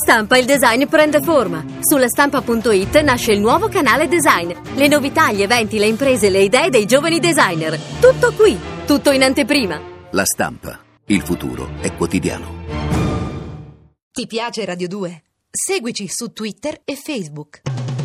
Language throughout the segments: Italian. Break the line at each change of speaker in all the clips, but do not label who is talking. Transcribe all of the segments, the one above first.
Stampa il design prende forma. Sulla stampa.it nasce il nuovo canale design. Le novità, gli eventi, le imprese, le idee dei giovani designer. Tutto qui, tutto in anteprima.
La Stampa. Il futuro è quotidiano.
Ti piace Radio 2? Seguici su Twitter e Facebook.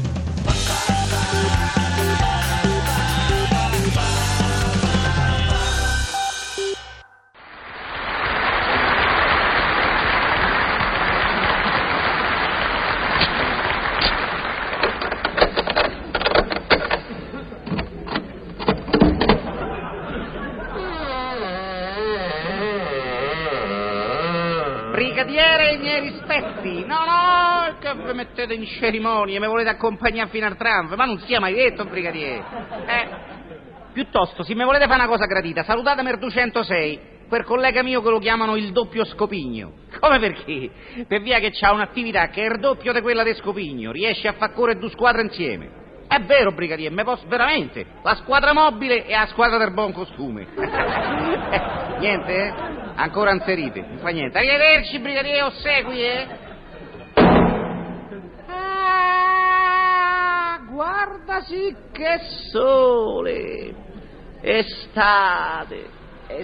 Brigadiere, i miei rispetti. No, che vi mettete in cerimonie, mi volete accompagnare fino al tram, ma non sia mai detto, brigadiere. Piuttosto, se mi volete fare una cosa gradita, salutatemi il 206, quel collega mio che lo chiamano il doppio Scopigno. Come perché? Per via che c'ha un'attività che è il doppio di quella di Scopigno, riesce a far correre due squadre insieme. È vero, brigadiere, me posso veramente. La squadra mobile e la squadra del buon costume. Niente, Ancora inserite, non fa niente. Arrivederci, brigadiere, ossequi, guardasi che sole. Estate.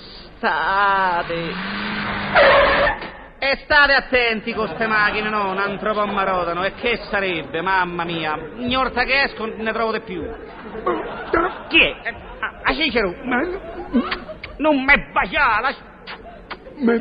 E state attenti con ste macchine, no, non troppo ammarodano. E che sarebbe, mamma mia, ogni volta che esco ne trovo di più. Chi è? A Cicero. Non me baciare.
Mi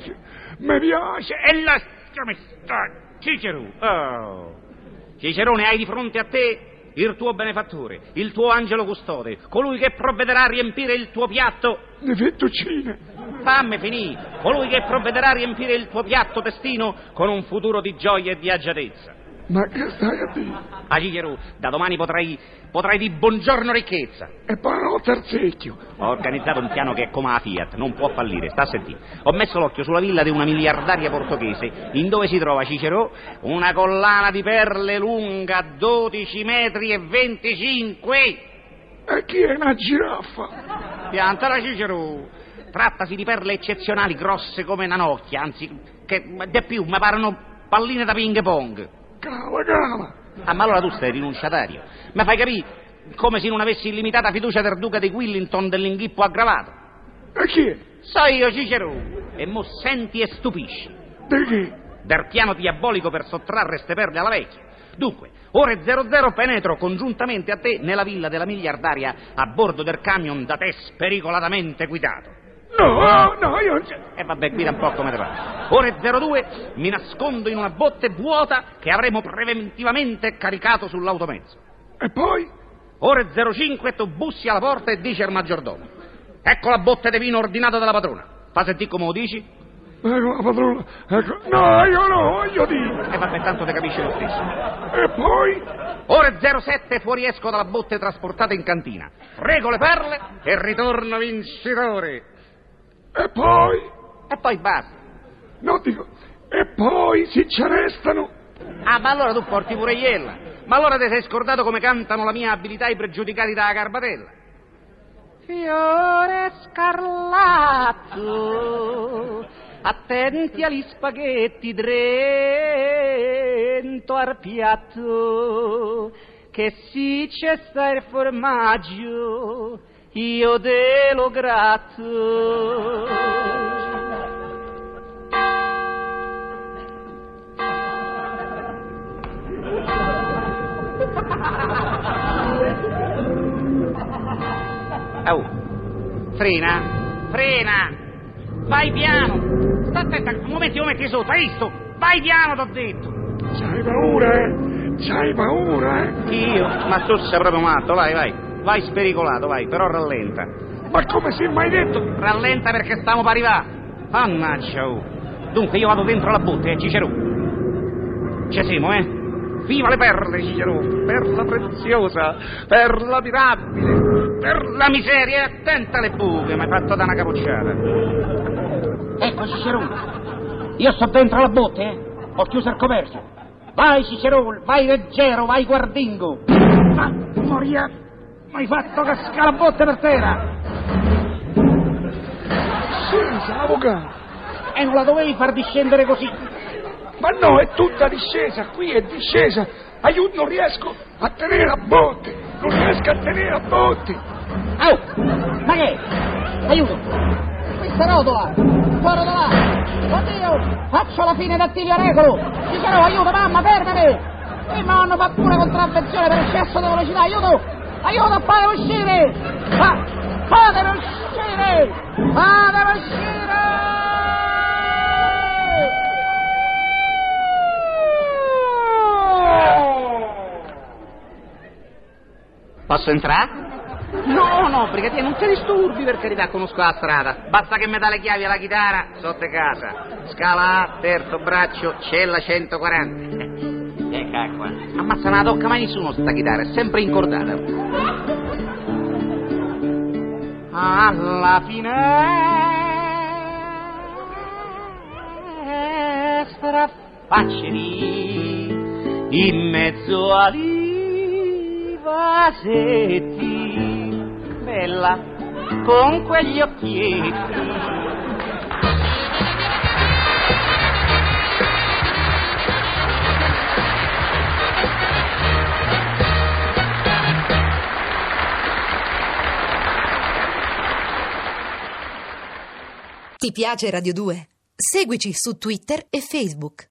piace.
E lasciami stare. Cicero. Oh. Cicerone, hai di fronte a te il tuo benefattore, il tuo angelo custode, colui che provvederà a riempire il tuo piatto
di fettuccine.
Fammi finire. Colui che provvederà a riempire il tuo piatto destino con un futuro di gioia e di agiatezza.
Ma che stai a dire?
A Cicero, da domani potrai dire buongiorno ricchezza.
E poi no, terzecchio.
Ho organizzato un piano che è come la Fiat, non può fallire, sta a sentire. Ho messo l'occhio sulla villa di una miliardaria portoghese, in dove si trova, Cicero, una collana di perle lunga 12 metri e 25.
E chi è una giraffa?
Piantala, Cicero. Trattasi di perle eccezionali, grosse come una nocchia, anzi, che di più, mi parano palline da ping pong.
Cava.
Ma allora tu sei rinunciatario. Mi fai capire come se non avessi illimitata fiducia del duca di Wellington dell'inghippo aggravato.
E chi è?
So io, Cicero. E mo senti e stupisci.
Di che?
Del piano diabolico per sottrarre ste perle alla vecchia. Dunque, ore 00 penetro congiuntamente a te nella villa della miliardaria a bordo del camion da te spericolatamente guidato.
No, io non c'è.
E vabbè, guida un po' come te pare. Ore 02 mi nascondo in una botte vuota che avremo preventivamente caricato sull'automezzo.
E poi?
Ore 05 tu bussi alla porta e dici al maggiordomo: ecco la botte di vino ordinata dalla padrona. Fa sentire come lo dici?
Ecco la padrona. Ecco. No, io no, voglio dire.
E vabbè, tanto te capisci lo stesso.
E poi?
Ore 07 fuoriesco dalla botte trasportata in cantina. Frego le perle e ritorno vincitore.
E poi?
E poi basta.
No, dico, e poi si ci arrestano.
Ma allora tu porti pure iella. Ma allora ti sei scordato come cantano la mia abilità i pregiudicati dalla Garbatella? Fiore scarlatto, attenti agli spaghetti drento al piatto, che si c'è sta il formaggio io te lo gratto. Oh, frena, vai piano. Sta attenta, un momento sotto, hai visto? Vai piano, t'ho detto.
C'hai paura, eh?
Io? Ma tu sei proprio matto, vai. Vai spericolato, vai, però rallenta.
Ma come si è mai detto?
Rallenta perché stiamo per arrivare. Mannaggia, oh. Dunque io vado dentro la botte, Cicero. Ci siamo, Viva le perle, Cicero. Perla preziosa, perla mirabile, per la miseria, attenta alle buche, mi hai fatto da una capocciata. Ecco, Cicero. Io sto dentro la botte, Ho chiuso il coperchio. Vai, Cicero, vai leggero, vai guardingo. Ma, Moria, mi hai fatto cascare la botte per terra.
Senza avvocato.
E non la dovevi far discendere così.
Ma no, è tutta discesa, qui è discesa. Aiuto, non riesco a tenere a botte. Non riesco a tenere a botte.
Oh, ma che? Aiuto! Questa rotola! Sto rotolando! Oddio! Faccio la fine d'attivio Regolo! Cicero, aiuto, mamma, fermami! E mi hanno fatto pure contravvenzione per eccesso di velocità, aiuto! Aiuto, fatemi uscire! Fatemi uscire! Fatemi uscire! Posso entrare? No, brigadiere, non ti disturbi, per carità, conosco la strada. Basta che mi dà le chiavi alla chitarra, sotto casa. Scala A, terzo braccio, cella 140. Ecco qua. Ammazza, non la tocca mai nessuno sta chitarra, è sempre incordata. Alla finestra facili, in mezzo ai vasetti, bella, con quegli occhietti.
Ti piace Radio 2? Seguici su Twitter e Facebook.